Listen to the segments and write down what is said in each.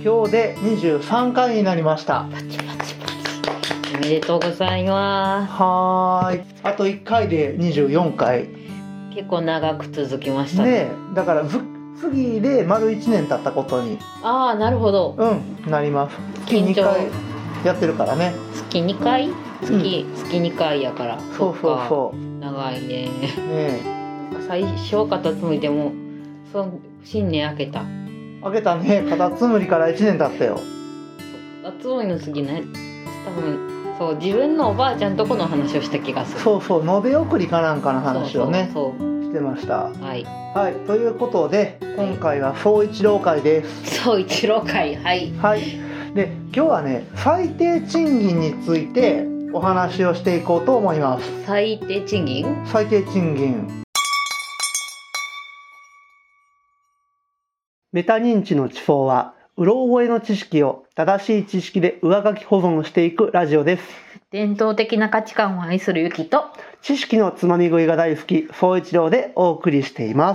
今日で23回になりました。 パチパチパチ。おめでとうございます。 はーい。あと1回で24回。 結構長く続きましたね。だから次で丸1年経ったことに。 ああ、なるほど。 なります。月2回やってるからね。 月2回？月2回やから。 そう。 長いね。最初カタツムリでも新年明けた。 明けたね。カタツムリから1年経ったよ。 カタツムリの次ね。多分そう自分のおばあちゃんとこの話をした気がする。 そう延べ送りかなんかの話をねしてました。はい、ということで今回は総一郎会です。 総一郎会、はい。 で今日はね最低賃金についてお話をしていこうと思います。 最低賃金？ 最低賃金。メタ認知の地方はうろ覚えの知識を正しい知識で上書き保存していくラジオです。 伝統的な価値観を愛するゆきと知識のつまみ食いが大好き総一郎でお送りしています。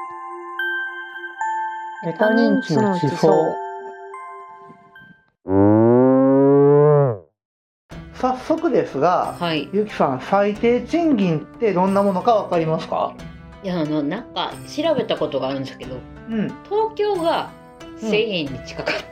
メタ認知の地方。早速ですが、ゆきさん、最低賃金ってどんなものかわかりますか？ いやなんか調べたことがあるんですけど、東京が1000円に近かった。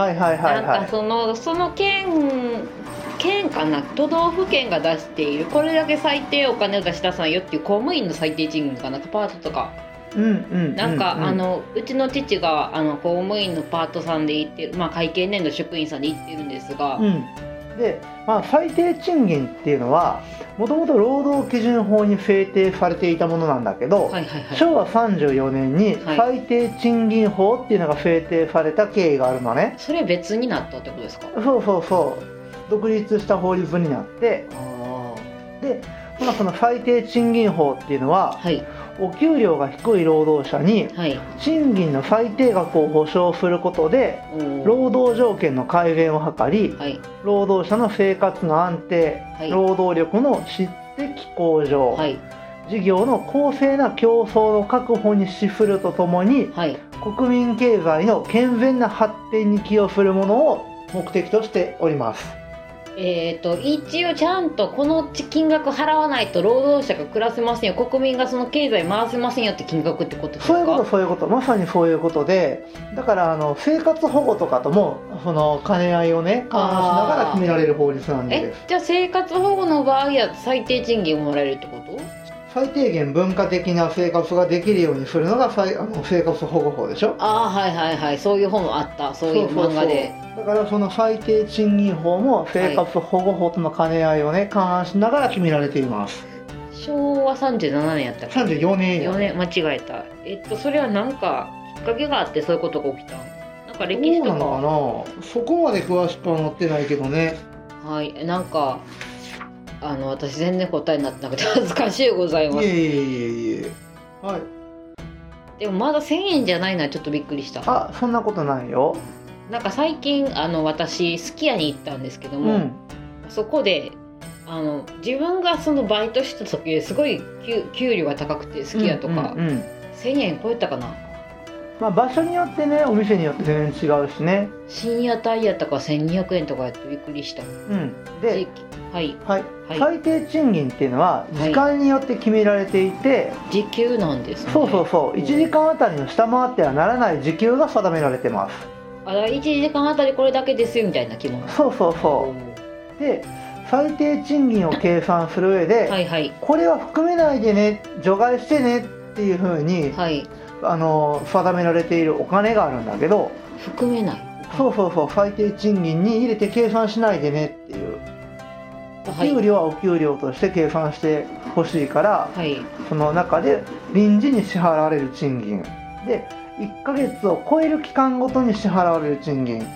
なんかその県かな、都道府県が出しているこれだけ最低お金を出しなさいよっていう公務員の最低賃金かな、パートとか。なんかうちの父が公務員のパートさんで行ってる、会計年度職員さんで行ってるんですが、 で、最低賃金っていうのはもともと労働基準法に制定されていたものなんだけど、昭和34年に最低賃金法っていうのが制定された経緯があるのね。 それ別になったってことですか？ そう独立した法律になって、でその最低賃金法っていうのは、お給料が低い労働者に賃金の最低額を保障することで労働条件の改善を図り、労働者の生活の安定、労働力の質的向上、事業の公正な競争の確保に資するとともに、国民経済の健全な発展に寄与するものを目的としております。 一応ちゃんとこの金額払わないと労働者が暮らせませんよ、国民がその経済回せませんよって金額ってことですか？ そういうことまさにそういうことで、だから生活保護とかともその兼ね合いをね勘案しながら決められる法律なんです。 じゃあ生活保護の場合は最低賃金をもらえるってこと？ 最低限文化的な生活ができるようにするのが生活保護法でしょ。 そういう本あった、そういう漫画で。 だからその最低賃金法も生活保護法との兼ね合いをね勘案しながら決められています。 昭和37年やったっけ ？34年 4年間違えた。それはなんかきっかけがあってそういうことが起きた？なんか歴史とか。 そうなのかな、そこまで詳しくは載ってないけどね。 なんか私全然答えになってなくて恥ずかしいございます。 いえ。 でもまだ1000円じゃないのはちょっとびっくりした。 そんなことないよ。 なんか最近私すき家に行ったんですけども、そこで自分がそのバイトした時すごい給料が高くてすき家とか、1000円超えたかな。 場所によってね、お店によって全然違うしね。 深夜帯やったか1200円とかやってびっくりした。 で、最低賃金っていうのは時間によって決められていて、 時給なんですね。 1時間あたりの下回ってはならない時給が定められてます。 1時間あたりこれだけですよみたいな気も。 で、最低賃金を計算する上で、これは含めないでね、除外してねっていうふうに、定められているお金があるんだけど、 含めない。 最低賃金に入れて計算しないでねっていう。お給料はお給料として計算してほしいから、その中で臨時に支払われる賃金で1ヶ月を超える期間ごとに支払われる賃金。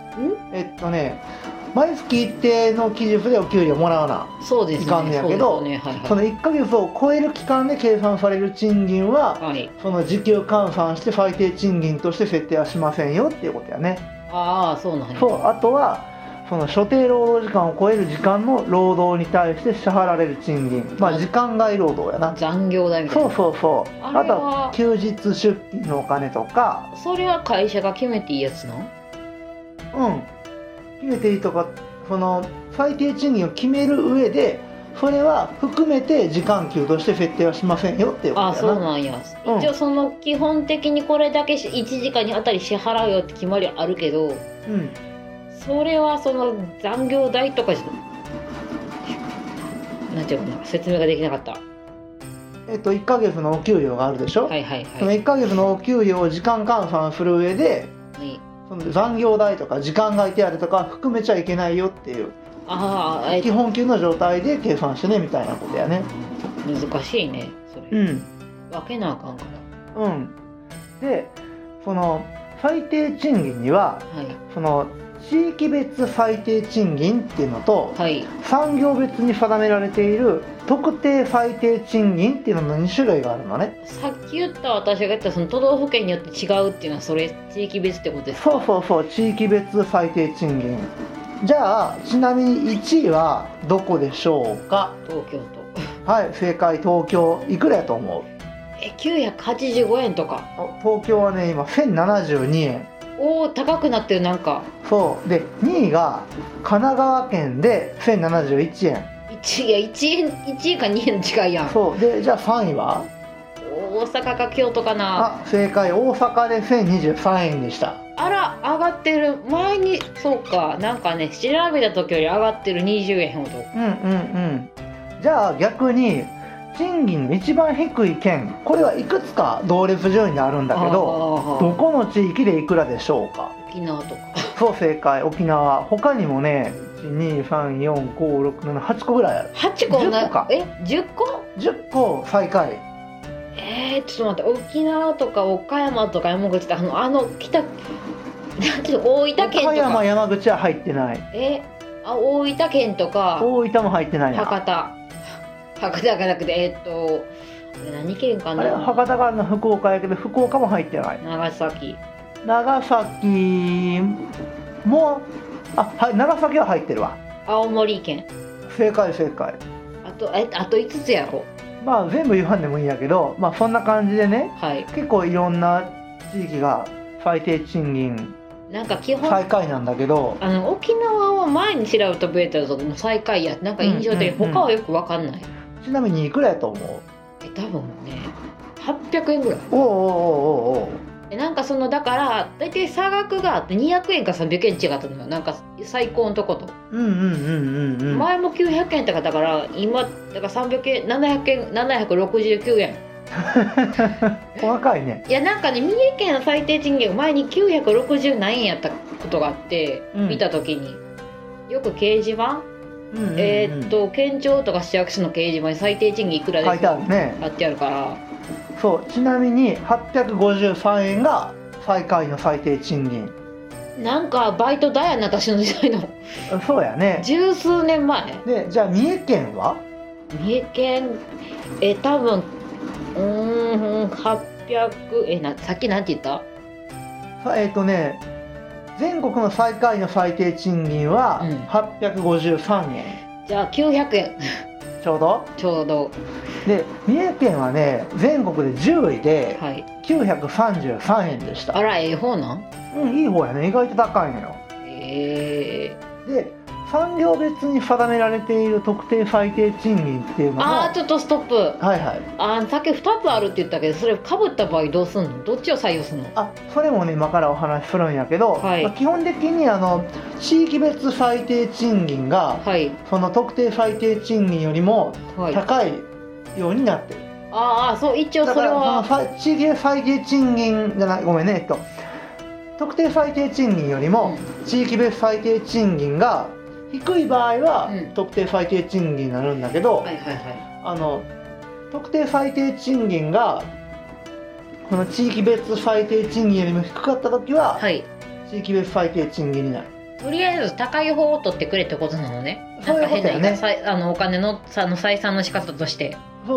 毎月一定の期日でお給料もらわないかんねやけど、その1ヶ月を超える期間で計算される賃金は、その時給換算して最低賃金として設定はしませんよっていうことやね。 そうなんや。 あとはその所定労働時間を超える時間の労働に対して支払われる賃金、時間外労働やな。 残業代みたいな。 あとは休日出勤のお金とか。 それは会社が決めていいやつなの？ 決めていいとか、その最低賃金を決める上でそれは含めて時間給として設定はしませんよっていうことやな。 そうなんや、一応その基本的にこれだけ1時間にあたり支払うよって決まりはあるけど、それはその残業代とかなんていうのかな、説明ができなかった。 1ヶ月のお給料があるでしょ。 はいはいはい。 その1ヶ月のお給料を時間換算する上で、その残業代とか時間外手当とか含めちゃいけないよっていう、基本給の状態で計算してねみたいなことやね。 難しいねそれ。分けなあかんから。 でその最低賃金には、その地域別最低賃金っていうのと、産業別に定められている特定最低賃金っていうのの2種類があるのね。 さっき言った私が言ったその都道府県によって違うっていうのはそれ地域別ってことですか？ そう地域別最低賃金。じゃあちなみに1位はどこでしょうか？ 東京都。はい、正解。東京いくらやと思う ？985円とか。 東京はね今1072円。 おお、高くなってる。なんかそうで、2位が神奈川県で1071円。 1位か2円の違いやん。 そうで、じゃあ3位は大阪か京都かな。 正解。大阪で1023円でした。 あら、上がってる。前にそうか、なんかね調べた時より上がってる20円ほど。 じゃあ逆に賃金の一番低い県、これはいくつか同列順位にあるんだけど、どこの地域でいくらでしょうか？ 沖縄とか。 そう、正解。沖縄。他にもね、1,2,3,4,5,6,7,8個ぐらいある。 8個 10個か。 10個 ？10個最下位。 ちょっと待って、沖縄とか岡山とか山口とか北なんていうの、大分県とか。 岡山山口は入ってない。 大分県とか。 大分も入ってないな。 博多がなくて何県かな。 博多があるの福岡やけど、福岡も入ってない。 長崎も長崎は入ってるわ。 青森県。 正解。 あと5つやろ。 全部言わんでもいいんやけど、そんな感じでね、結構いろんな地域が最低賃金なんか基本最下位なんだけど、 沖縄は前に調べたベータだと最下位や。なんか印象的に他はよく分かんない。 ちなみにいくらやと思う？ 多分ね800円ぐらい。なんかだから大体差額があって200円か300円違ったのよ。なんか最高のとこと。前も900円とかだから今だから300円700円769円。 細かいね。 いやなんかね、三重県の最低賃金が前に960何円やったことがあって、見た時によく掲示板、県庁とか市役所の掲示板に最低賃金いくらですかってあってあるから。 そう、ちなみに853円が最下位の最低賃金。 なんかバイト代やな、私の時代の。 そうやね。 十数年前で、じゃあ三重県は？ 三重県多分800さっきなんて言った？ 全国の最下位の最低賃金は853円。 じゃあ900円。ちょうどで、三重県はね全国で10位で933円でした。 あら、いい方なん？ いい方やね。意外と高いのよ。で、産業別に定められている特定最低賃金っていうのも。 ちょっとストップ。さっき2つあるって言ったけど、それかぶった場合どうすんの？どっちを採用するの？ それもね今からお話しするんやけど、基本的に地域別最低賃金が、その特定最低賃金よりも高いようになってる。 そう、一応それはだからその地域別最低賃金じゃない、ごめんね、特定最低賃金よりも地域別最低賃金が低い場合は特定最低賃金になるんだけど、特定最低賃金がこの地域別最低賃金よりも低かった時は、地域別最低賃金になる。 とりあえず高い方を取ってくれってことなのね。 そういうことやね。 お金の採算の仕方として。 そう。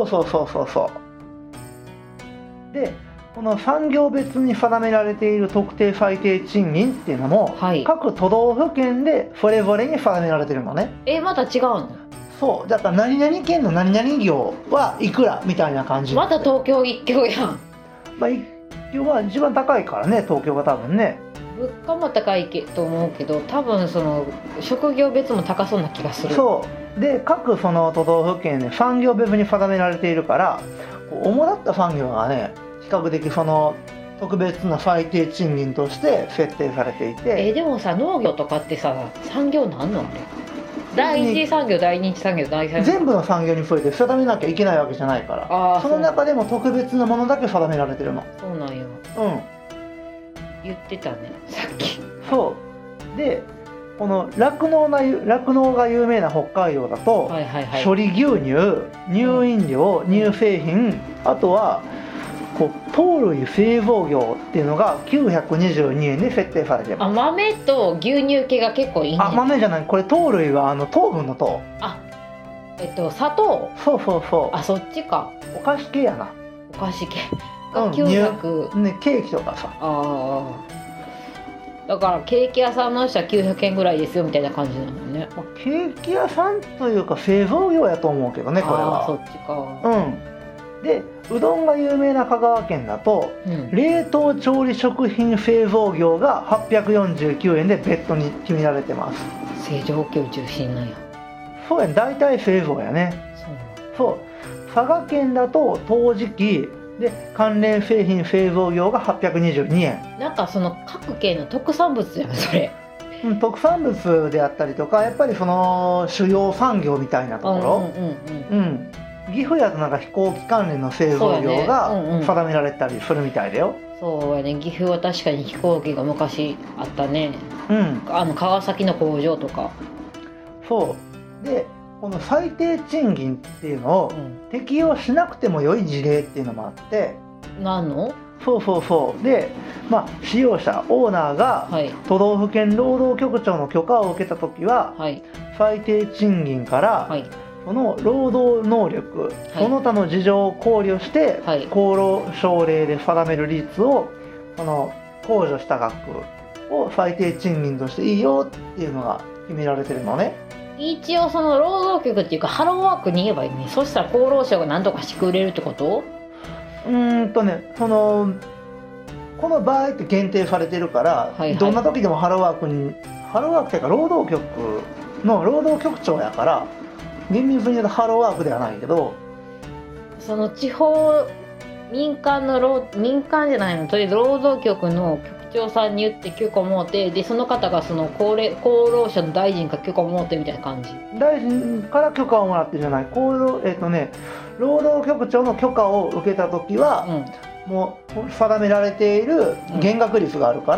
で、この産業別に定められている特定最低賃金っていうのも、各都道府県でそれぞれに定められてるのね。 また違うの？ そう、だから何々県の何々業はいくらみたいな感じ。 また東京一強やん。 一強は一番高いからね、東京が多分ね。 物価も高いと思うけど、多分その職業別も高そうな気がする。 そうで、各その都道府県で産業別に定められているから、主だった産業がね、比較的その特別な最低賃金として設定されていて。 でもさ、農業とかってさ、産業なんのあれ？第一次産業、第二次産業、第三産業、 全部の産業について定めなきゃいけないわけじゃないから、その中でも特別なものだけ定められてるの。 そうなんよ。言ってたね、さっき。そうで、この酪農が有名な北海道だと、処理牛乳、乳飲料、乳製品、あとは糖類製造業っていうのが922円で設定されてます。 豆と牛乳系が結構いいね。 豆じゃない、これ糖類は糖分の糖。 砂糖。 そうそうそう。 そっちか。 お菓子系やな。 お菓子系 900ね、ケーキとかさ。 だからケーキ屋さんの人は900円ぐらいですよみたいな感じなのね。 ケーキ屋さんというか製造業やと思うけどね、これは。 そっちか。 で、うどんが有名な香川県だと、冷凍調理食品製造業が849円で別途に決められてます。 製造業中心なんや。 そうやね、大体製造やね。そう。佐賀県だと陶磁器で関連製品製造業が822円。 なんかその各県の特産物やんそれ。 特産物であったりとか、やっぱりその主要産業みたいなところ。岐阜やとなんか飛行機関連の製造業が定められたりするみたいだよ。 そうやね、岐阜は確かに飛行機が昔あったね。川崎の工場とか。 そうで、この最低賃金っていうのを適用しなくても良い事例っていうのもあって。 何の？ そうで、使用者オーナーが都道府県労働局長の許可を受けた時は、最低賃金から、その労働能力、その他の事情を考慮して、厚労省令で定める率を控除した額を最低賃金としていいよっていうのが決められてるのね。 一応その労働局っていうかハローワークに言えばいいね。そしたら厚労省が何とかしてくれるってこと？ この場合って限定されてるから、どんな時でもハローワークっていうか労働局の労働局長やから、厳密に言うとハローワークではないけど、 その地方民間じゃないの、とりあえず労働局の局長さんに言って許可をもうて、でその方がその厚労省の大臣から許可をもうてみたいな感じ。 大臣から許可をもらってじゃない、労働局長の許可を受けた時は、もう定められている減額率があるから、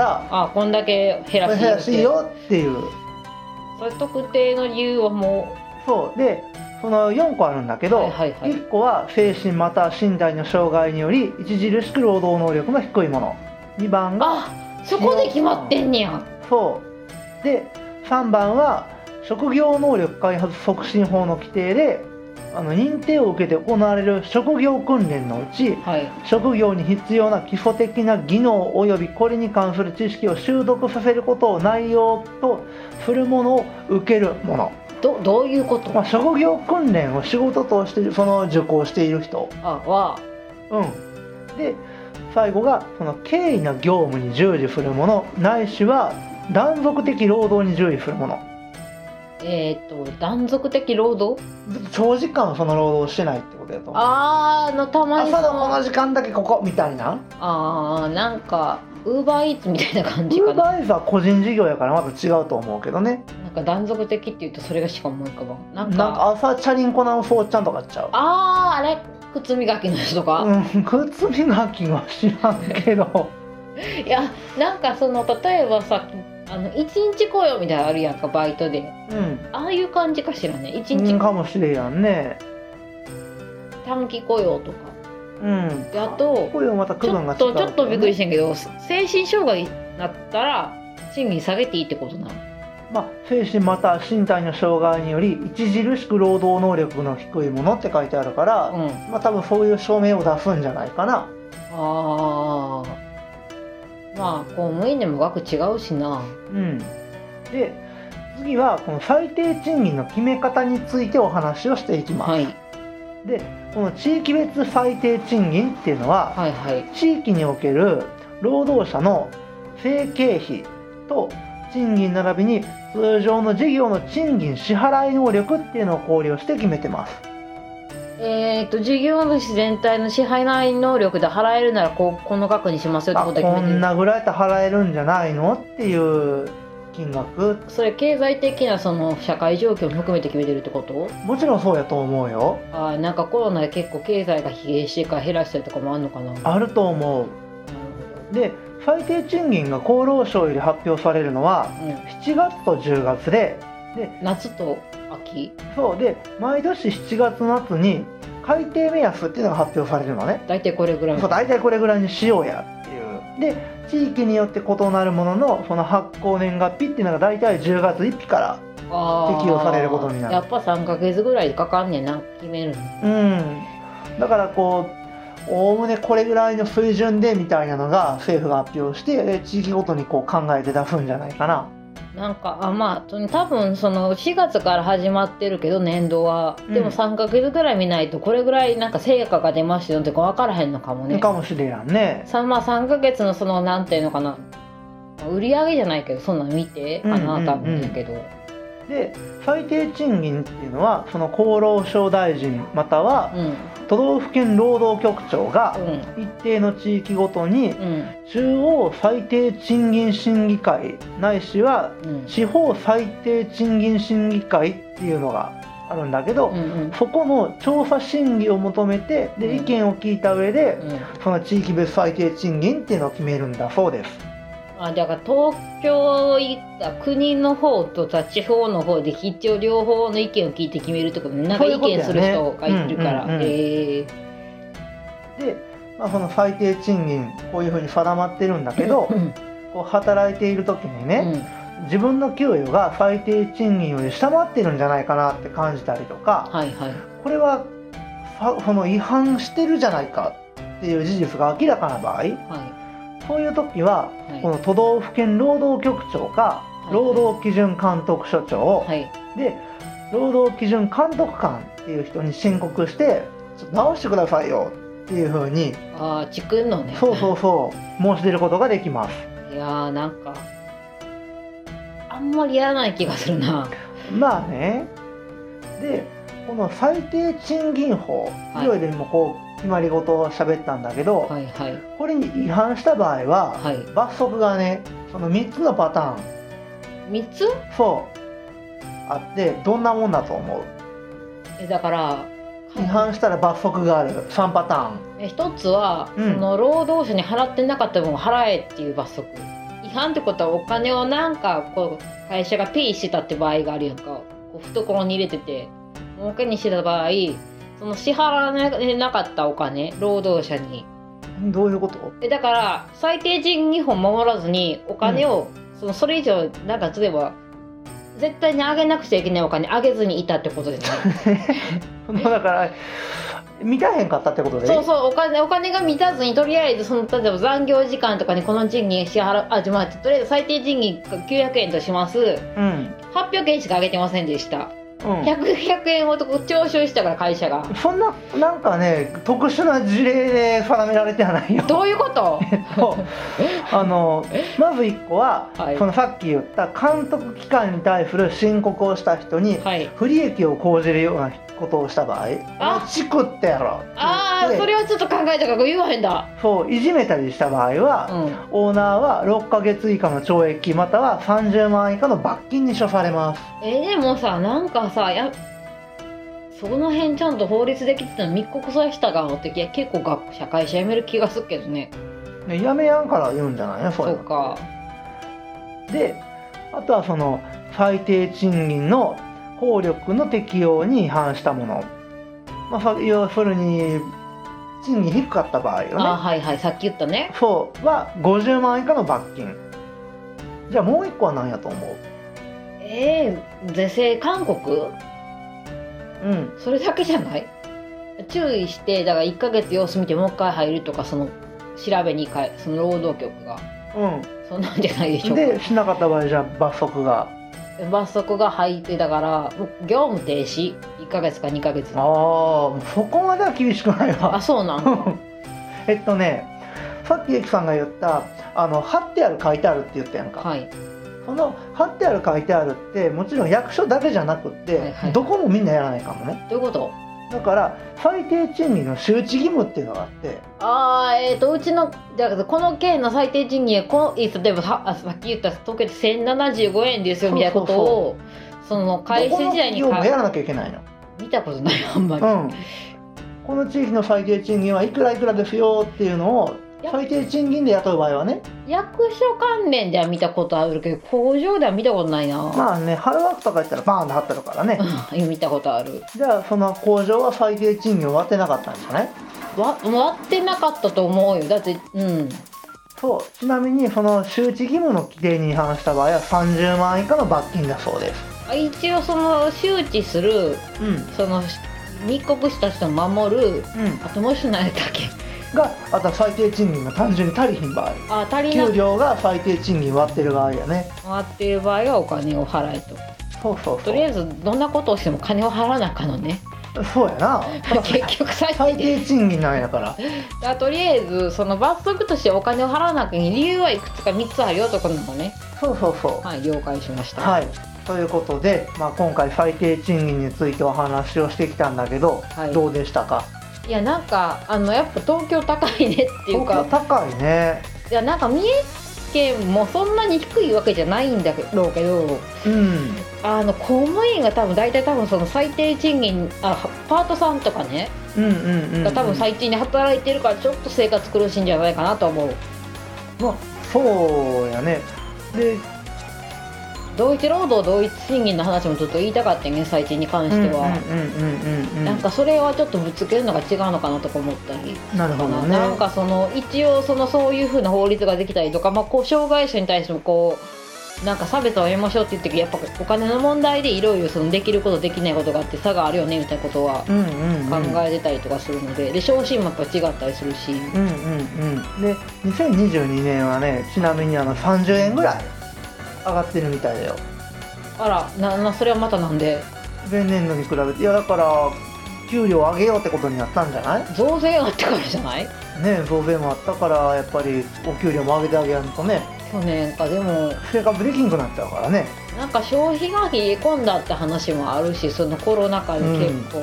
こんだけ減らしいよっていう、 それ特定の理由はもう。 そうで、その4個あるんだけど、1個は精神または身体の障害により著しく労働能力の低いもの、2番がそこで決まってんねや。 そうで、3番は職業能力開発促進法の規定で認定を受けて行われる職業訓練のうち、職業に必要な基礎的な技能及びこれに関する知識を習得させることを内容とするものを受けるもの。 どういうこと？ 職業訓練を仕事として受講している人は、 で最後がその経緯な業務に従事するものないしは断続的労働に従事するもの。 断続的労働？ 長時間その労働してないってことやと思う。 たまに朝のこの時間だけここみたいな。 なんかウーバーイーツみたいな感じかな。 ウーバーイーツは個人事業やからまた違うと思うけどね。 なんか断続的っていうとそれがしか思い浮かばん。 なんか朝チャリンコなそうちゃんとかちゃう。 あれ靴磨きの人とか。 靴磨きは知らんけど。 いや、なんかその例えばさ、一日雇用みたいなのあるやんか、バイトで。ああいう感じかしらね。一日かもしれんやんね。 短期雇用とか。で、あと雇用また区分が違う、 ちょっとびっくりしてんけど、精神障害になったら賃金下げていいってことなの？ 精神また身体の障害により著しく労働能力の低いものって書いてあるから、多分そういう証明を出すんじゃないかな。 公務員でも額違うしな。 で、次はこの最低賃金の決め方についてお話をしていきます。で、この地域別最低賃金っていうのは、地域における労働者の生計費と賃金並びに通常の事業の賃金支払い能力っていうのを考慮して決めてます。 事業主全体の支払い能力で払えるならこの額にしますよってことで決めてる。 こんなぐらいで払えるんじゃないのっていう金額。 それ経済的なその社会状況も含めて決めてるってこと？ もちろんそうやと思うよ。 なんかコロナで結構経済が疲弊してから減らしたりとかもあるのかな。 あると思う。で最低賃金が厚労省より発表されるのは7月と10月で、 夏と秋。 そうで毎年7月末に改定目安っていうのが発表されるのね。 大体これぐらい。 そう大体これぐらいにしようやっていう。で地域によって異なるもののその発行年月日っていうのが大体10月1日から適用されることになる。 やっぱ3ヶ月ぐらいかかんねんな決めるの。だからこうおおむねこれぐらいの水準でみたいなのが政府が発表して地域ごとにこう考えて出すんじゃないかな。 なんか多分その4月から始まってるけど年度は、でも3ヶ月ぐらい見ないとこれぐらいなんか成果が出ましたよって分からへんのかもね。 かもしれんね。 3ヶ月のそのなんていうのかな、売り上げじゃないけどそんなの見てかな多分だけど。 で最低賃金っていうのはその厚労省大臣または、都道府県労働局長が一定の地域ごとに中央最低賃金審議会ないしは地方最低賃金審議会っていうのがあるんだけど、そこの調査審議を求めてで意見を聞いた上でその地域別最低賃金っていうのを決めるんだそうです。 だから東京行った国の方と地方の方で一応両方の意見を聞いて決めるってことで、なんか意見する人がいるから。で、 その最低賃金こういうふうに定まってるんだけどこう働いている時にね、自分の給与が最低賃金より下回ってるんじゃないかなって感じたりとか、これはその違反してるじゃないかっていう事実が明らかな場合、そういう時は、この都道府県労働局長か労働基準監督署長、で労働基準監督官っていう人に申告してちょっと直してくださいよっていうふうにチクんのね。 そう申し出ることができます。 いやーなんかあんまりやらない気がするな。 まあね。でこの最低賃金法いろいろもこう決まり事を喋ったんだけど、これに違反した場合は、罰則がねその3つのパターン 3つそうあって、どんなもんだと思う？ だから違反したら罰則がある3パターン。 1つは、その労働者に払ってなかった分を払えっていう罰則。違反ってことはお金をなんかこう会社がペイしてたって場合があるやんか。こう懐に入れてて儲けにしてた場合、その支払わなかったお金労働者に。 どういうこと？ だから最低賃金法守らずにお金を、それ以上なんか例えば絶対に上げなくちゃいけないお金上げずにいたってことですね。 だから満たへんかったってことで。 お金が満たずにとりあえず例えば残業時間とかにこの賃金支払うとりあえず最低賃金900円とします、800円しか上げてませんでした。100円を徴収したから会社が。 そんななんかね特殊な事例で定められてはないよ。 どういうこと？ まず1個は、そのさっき言った監督機関に対する申告をした人に不利益を講じるようなことをした場合、チクってやろそれはちょっと考えたから言わへんだ。 そういじめたりした場合は、オーナーは6ヶ月以下の懲役または30万円以下の罰金に処されます。 でもさなんかさその辺ちゃんと法律できてたの密告さしたがって結構社会者辞める気がするけどね。 辞めやんから言うんじゃないの？ そうか。であとはその最低賃金の効力の適用に違反したもの、要するに賃金低かった場合はね、さっき言ったねそうは50万円以下の罰金。じゃあもう1個は何やと思う？ 是正勧告？それだけじゃない？注意してだから1ヶ月様子見てもう一回入るとかその調べにその労働局がそんなんじゃないでしょうか。 でしなかった場合じゃあ罰則が入ってだから業務停止1ヶ月か2ヶ月。 そこまでは厳しくないわ。 そうなんさっきエキさんが言った貼ってある書いてあるって言ったやんか、はい、その貼ってある書いてあるってもちろん役所だけじゃなくって、はいはい、どこもみんなやらないかもね。 どういうこと？ だから最低賃金の周知義務っていうのがあって、 うちのだからこの県の最低賃金は例えばさっき言った東京で1075円ですよみたいなことをその会社時代にどこの企業もやらなきゃいけないの。 見たことないあんまり、うん、 この地域の最低賃金はいくらいくらですよっていうのを最低賃金で雇う場合はね、 役所関連では見たことあるけど工場では見たことないな。 まあね、ハローワークとか言ったらバーンと貼ってるからね、 見たことある。 じゃあその工場は最低賃金を割ってなかったんですかね。 割ってなかったと思うよ。だってそう、ちなみにその周知義務の規定に違反した場合は30万円以下の罰金だそうです。 一応その周知する、その密告した人を守る、あともう一つ何やったっけが、あとは最低賃金が単純に足りひん場合、給料が最低賃金割ってる場合やね。 割ってる場合はお金を払えと。そうとりあえずどんなことをしても金を払わなあかんのね。 そうやな結局最低賃金なんやからとりあえずその罰則としてお金を払わなきゃいけない理由はいくつか3つあるよところなのね。 そうはい、了解しました。 はい、ということで、今回最低賃金についてお話をしてきたんだけど、どうでしたか？ いやなんかやっぱ東京高いねっていうか。 東京高いね。 いやなんか三重県もそんなに低いわけじゃないんだろうけど、公務員が多分その最低賃金パートさんとかね、が多分最低に働いてるからちょっと生活苦しいんじゃないかなと思う。 そうやね。で同一労働同一賃金の話もちょっと言いたかったね、最低に関しては。なんかそれはちょっとぶつけるのが違うのかなとか思ったり。 なるほどね。 なんか一応そういう風な法律ができたりとか、障害者に対してもなんか差別をやめましょうって言ってやっぱお金の問題でいろいろできることできないことがあって差があるよねみたいなことは考えてたりとかするので、昇進もやっぱ違ったりするし。 で2022年はね、ちなみに30円ぐらい上がってるみたいだよ。 あら、それはまたなんで？ 前年度に比べて、いやだから給料上げようってことになったんじゃない？ 増税があってからじゃない？ ね、増税もあったからやっぱりお給料も上げてあげやんとね。 去年かでも生活できんくなっちゃうからね。 なんか消費が冷え込んだって話もあるし、そのコロナ禍で結構、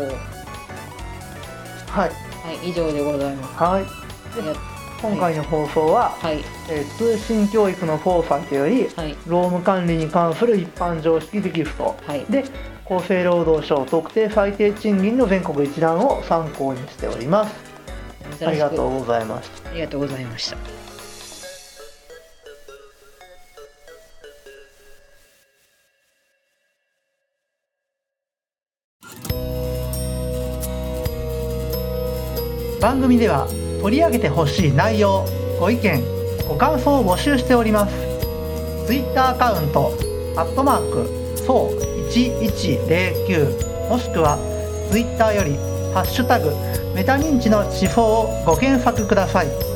はい、以上でございます。 はい。今回の放送は、通信教育のフォーサイトより、労務管理に関する一般常識テキスト、で厚生労働省特定最低賃金の全国一覧を参考にしております。ありがとうございました。 ありがとうございました。 番組では取り上げてほしい内容、ご意見、ご感想を募集しております。ツイッターアカウント@そう1109もしくはツイッターよりハッシュタグメタ認知の地方をご検索ください。